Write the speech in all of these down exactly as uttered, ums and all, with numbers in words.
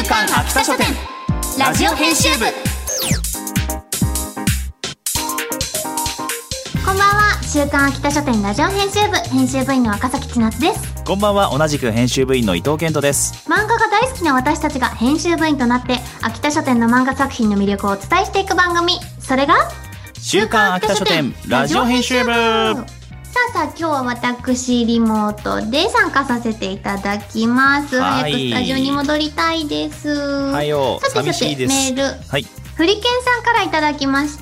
刊秋田書店ラジオ編集部。 こんばんは。週刊秋田書店ラジオ編集部編集部員の赤崎千夏です。 こんばんは。同じく編集部員の伊藤健人です。 漫画が大好きな私たちが編集部員となって秋田書店の漫画作品の魅力をお伝えしていく番組、それが週刊秋田書店ラジオ編集部。 さあさあ、今日は私リモートで参加させていただきます。 はい、 早くスタジオに戻りたいです。 はいよ、 さてさて寂しいです。 メール、 はい、 フリケンさんからいただきました。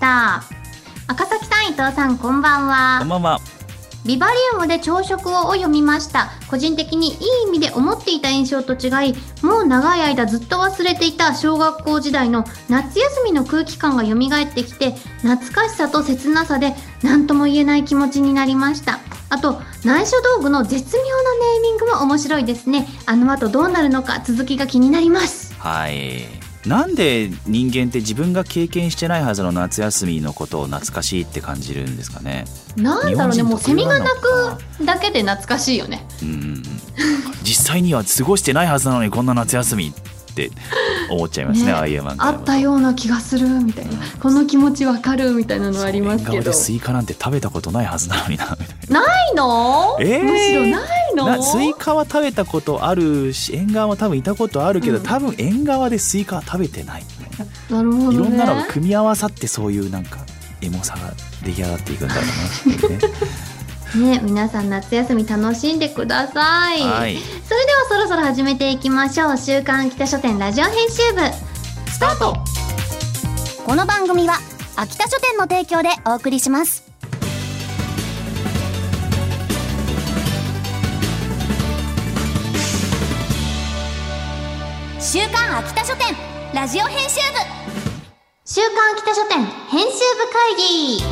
赤崎さん、伊藤さん、こんばんは。 こんばんは。 ビバリウムで朝食を読みました。個人的にいい意味で思っていた印象と違い、もう長い間ずっと忘れていた小学校時代の夏休みの空気感が蘇ってきて、懐かしさと切なさで何とも言えない気持ちになりました。あと内緒道具の絶妙なネーミングも面白いですね。あの後どうなるのか続きが気になります。 はい、なんで人間って自分が経験してないはずの夏休みのことを懐かしいって感じるんですかね。 なんだろうね、もうセミが鳴くだけで懐かしいよね。 うん、実際には過ごしてないはずなのにこんな夏休みって思っちゃいますね。ああいう漫画あったような気がするみたいな、うん、この気持ちわかるみたいなのありますけど、 縁側でスイカなんて食べたことないはずなのになみたいな。 ないの、えー、むしろないの。 なスイカは食べたことあるし、縁側も多分いたことあるけど、うん、多分縁側でスイカは食べてない。 なるほどね。 いろんなのが組み合わさってそういうなんかエモさが出来上がっていくんだろうなってね。 ね、皆さん夏休み楽しんでください。はい、それではそろそろ始めていきましょう。週刊秋田書店ラジオ編集部スタート。この番組は秋田書店の提供でお送りします。週刊秋田書店ラジオ編集部。週刊秋田書店編集部会議。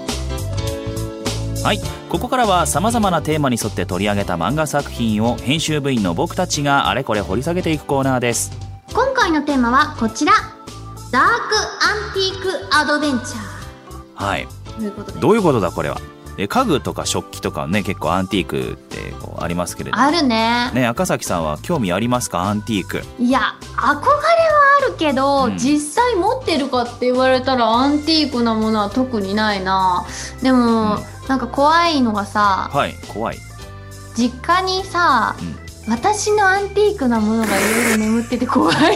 はい、ここからはさまざまなテーマに沿って取り上げた漫画作品を編集部員の僕たちがあれこれ掘り下げていくコーナーです。 今回のテーマはこちら、ダークアンティークアドベンチャー。 はい、どういうことでどういうことだこれは。え家具とか食器とかね、結構アンティークってこうありますけれども、 あるね。 ね、赤崎さんは興味ありますか、アンティーク。 いや、憧れはあるけど、うん、実際持ってるかって言われたらアンティークなものは特にないな。でも、うん、なんか怖いのがさ、 はい、怖い。 実家にさ、うん、私のアンティークなものがいろいろ眠ってて怖い。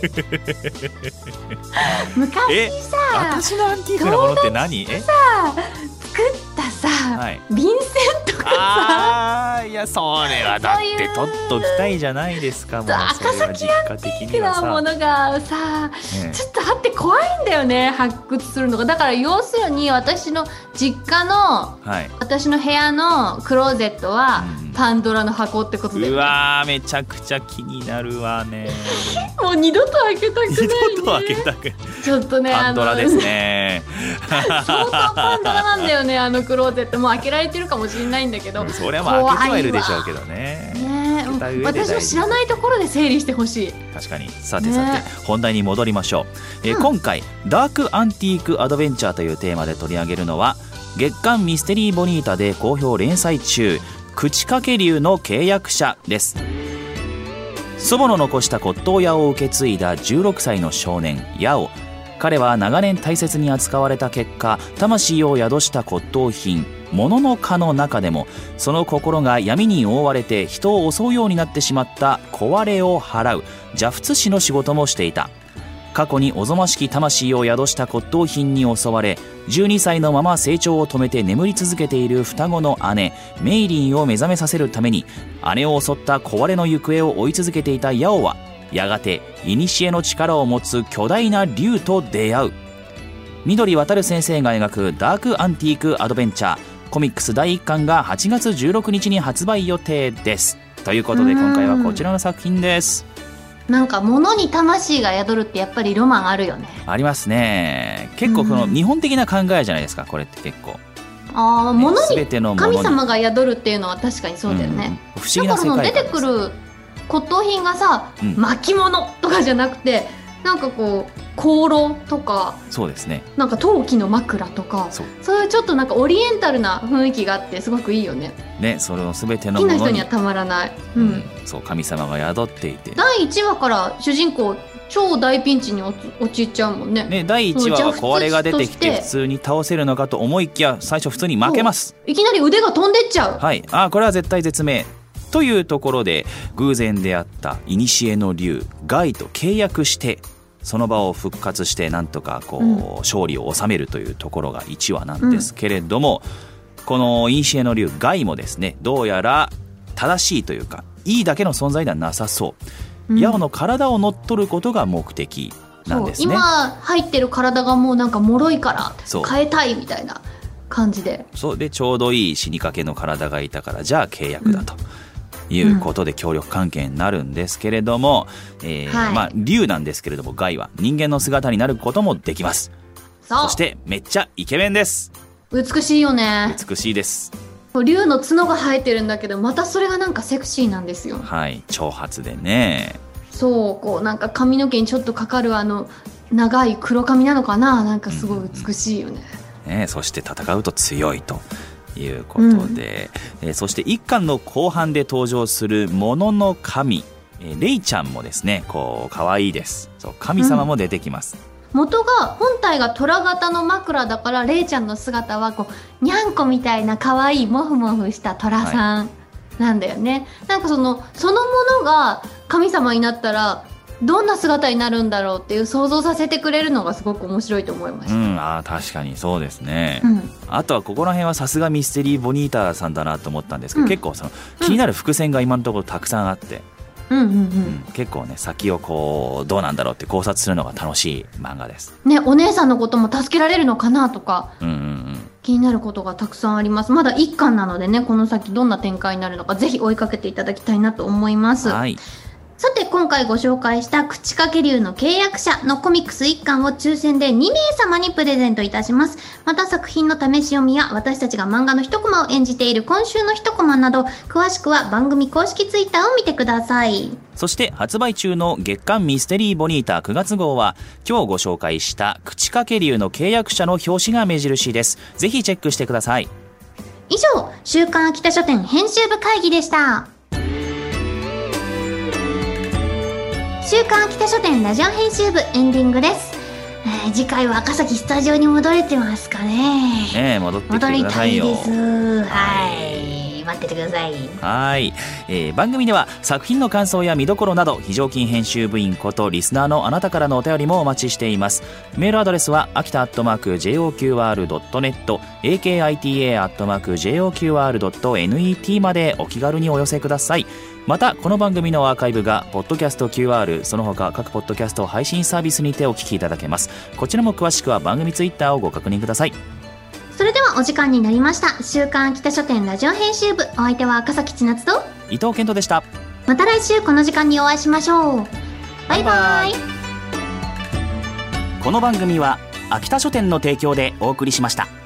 昔さ、 私のアンティークなものって何？えさ作ったさ、はい、便箋とかさ、 あいやそれはだって取っときたいじゃないですか。もう赤崎アンティークなものがさ、ね、ちょっとあって怖いんだよね、発掘するのが。だから要するに私の実家の、はい、私の部屋のクローゼットは、うん、パンドラの箱ってことで、ね、 うわーめちゃくちゃ気になるわね。 もう二度と開けたくないね。 二度と開けたくない。 ちょっとね、 パンドラですね。 相当パンドラなんだよね、あのクローゼット。もう開けられてるかもしれないんだけど、 それはまあ開けてはいるでしょうけどね。 ね、私の知らないところで整理してほしい。 確かに。さてさて、ね、本題に戻りましょう。え、うん、今回ダークアンティークアドベンチャーというテーマで取り上げるのは、月刊ミステリーボニータで好評連載中、口掛け竜の契約者です。祖母の残した骨董屋を受け継いだじゅうろくさいの少年ヤオ。彼は長年大切に扱われた結果、魂を宿した骨董品物の蚊の中でもその心が闇に覆われて人を襲うようになってしまった壊れを払う邪仏師の仕事もしていた。過去におぞましき魂を宿した骨董品に襲われ、じゅうにさいのまま成長を止めて眠り続けている双子の姉メイリンを目覚めさせるために、姉を襲った壊れの行方を追い続けていたヤオは、やがて古の力を持つ巨大な竜と出会う。緑渡先生が描くダークアンティークアドベンチャーコミックスだいいっかんがはちがつじゅうろくにちに発売予定です。ということで今回はこちらの作品です。 なんか物に魂が宿るってやっぱりロマンあるよね。 ありますね。結構この日本的な考えじゃないですか、これって結構。 ああ、ね、物に神様が宿るっていうのは確かにそうだよね、 うん、不思議な世界観です。 だから出てくる骨董品がさ、うん、巻物とかじゃなくて、なんかこう香炉とか、 そうですね、 なんか陶器の枕とか、そう、そういうちょっとなんかオリエンタルな雰囲気があってすごくいいよね。 ね、それを全ての好ものにきな人にはたまらない、うんうん、そう神様が宿っていて、 だいいちわから主人公超大ピンチに陥っちゃうもんね。 ね、だいいちわは壊れが出てきて普通に倒せるのかと思いきや最初普通に負けます。 いきなり腕が飛んでっちゃう。 はい、あこれは絶対絶命というところで、偶然出会った古の竜ガイと契約してその場を復活してなんとかこう、うん、勝利を収めるというところがいちわなんですけれども、うん、この古の竜ガイもですね、どうやら正しいというかいいだけの存在ではなさそう、うん、ヤオの体を乗っ取ることが目的なんですね。 今入ってる体がもうなんか脆いから変えたいみたいな感じで、 そうでちょうどいい死にかけの体がいたからじゃあ契約だと、うんいうことで協力関係になるんですけれども、うんえーはいまあ、竜なんですけれどもガイは人間の姿になることもできます。 そ, そしてめっちゃイケメンです。 美しいよね。 美しいです。 竜の角が生えてるんだけどまたそれがなんかセクシーなんですよ。 はい長髪でね、 そうこうなんか髪の毛にちょっとかかるあの長い黒髪なのかな、なんかすごい美しいよね。 うんね、そして戦うと強いということで、うんえー、そしていっかんの後半で登場するものの神、えー、レイちゃんもですねこう可愛いです。そう神様も出てきます、 うん、元が本体が虎型の枕だからレイちゃんの姿はこうにゃんこみたいな可愛いモフモフした虎さんなんだよね、はい、なんかそのそのものが神様になったらどんな姿になるんだろうっていう想像させてくれるのがすごく面白いと思いました。うん、 あ確かにそうですね、 うん、 あとはここら辺はさすがミステリーボニータさんだなと思ったんですけど、うん、結構その気になる伏線が今のところたくさんあって、うんうんうんうん、結構ね先をこうどうなんだろうって考察するのが楽しい漫画ですね。お姉さんのことも助けられるのかなとか、 うんうんうん気になることがたくさんあります。まだいっかんなのでね、この先どんな展開になるのかぜひ追いかけていただきたいなと思います。 はい、 さて今回ご紹介した口掛け竜の契約者のコミックスいっかんを抽選でにめいさまにプレゼントいたします。また作品の試し読みや私たちが漫画の一コマを演じている今週の一コマなど詳しくは番組公式ツイッターを見てください。 そして発売中の月刊ミステリーボニータくがつ号は今日ご紹介した口掛け竜の契約者の表紙が目印です。ぜひチェックしてください。 以上週刊秋田書店編集部会議でした。週刊秋田書店ラジオ編集部エンディングです。えー、次回は赤崎スタジオに戻れてますかね。 ねえ戻ってきてくださいよ。 戻りたいです。はい待っててください。 はい、えー、番組では作品の感想や見どころなど非常勤編集部員ことリスナーのあなたからのお便りもお待ちしています。メールアドレスは秋田アットマーク ジェイオーキューアールドットネット エーケーアイティーエー アットマーク ジェイオーキューアールドットネット までお気軽にお寄せください。またこの番組のアーカイブがポッドキャスト キューアール その他各ポッドキャスト配信サービスにてお聞きいただけます。こちらも詳しくは番組ツイッターをご確認ください。 それではお時間になりました。週刊秋田書店ラジオ編集部、お相手は赤崎千夏と伊藤健人でした。 また来週この時間にお会いしましょう。バイバイ。 この番組は秋田書店の提供でお送りしました。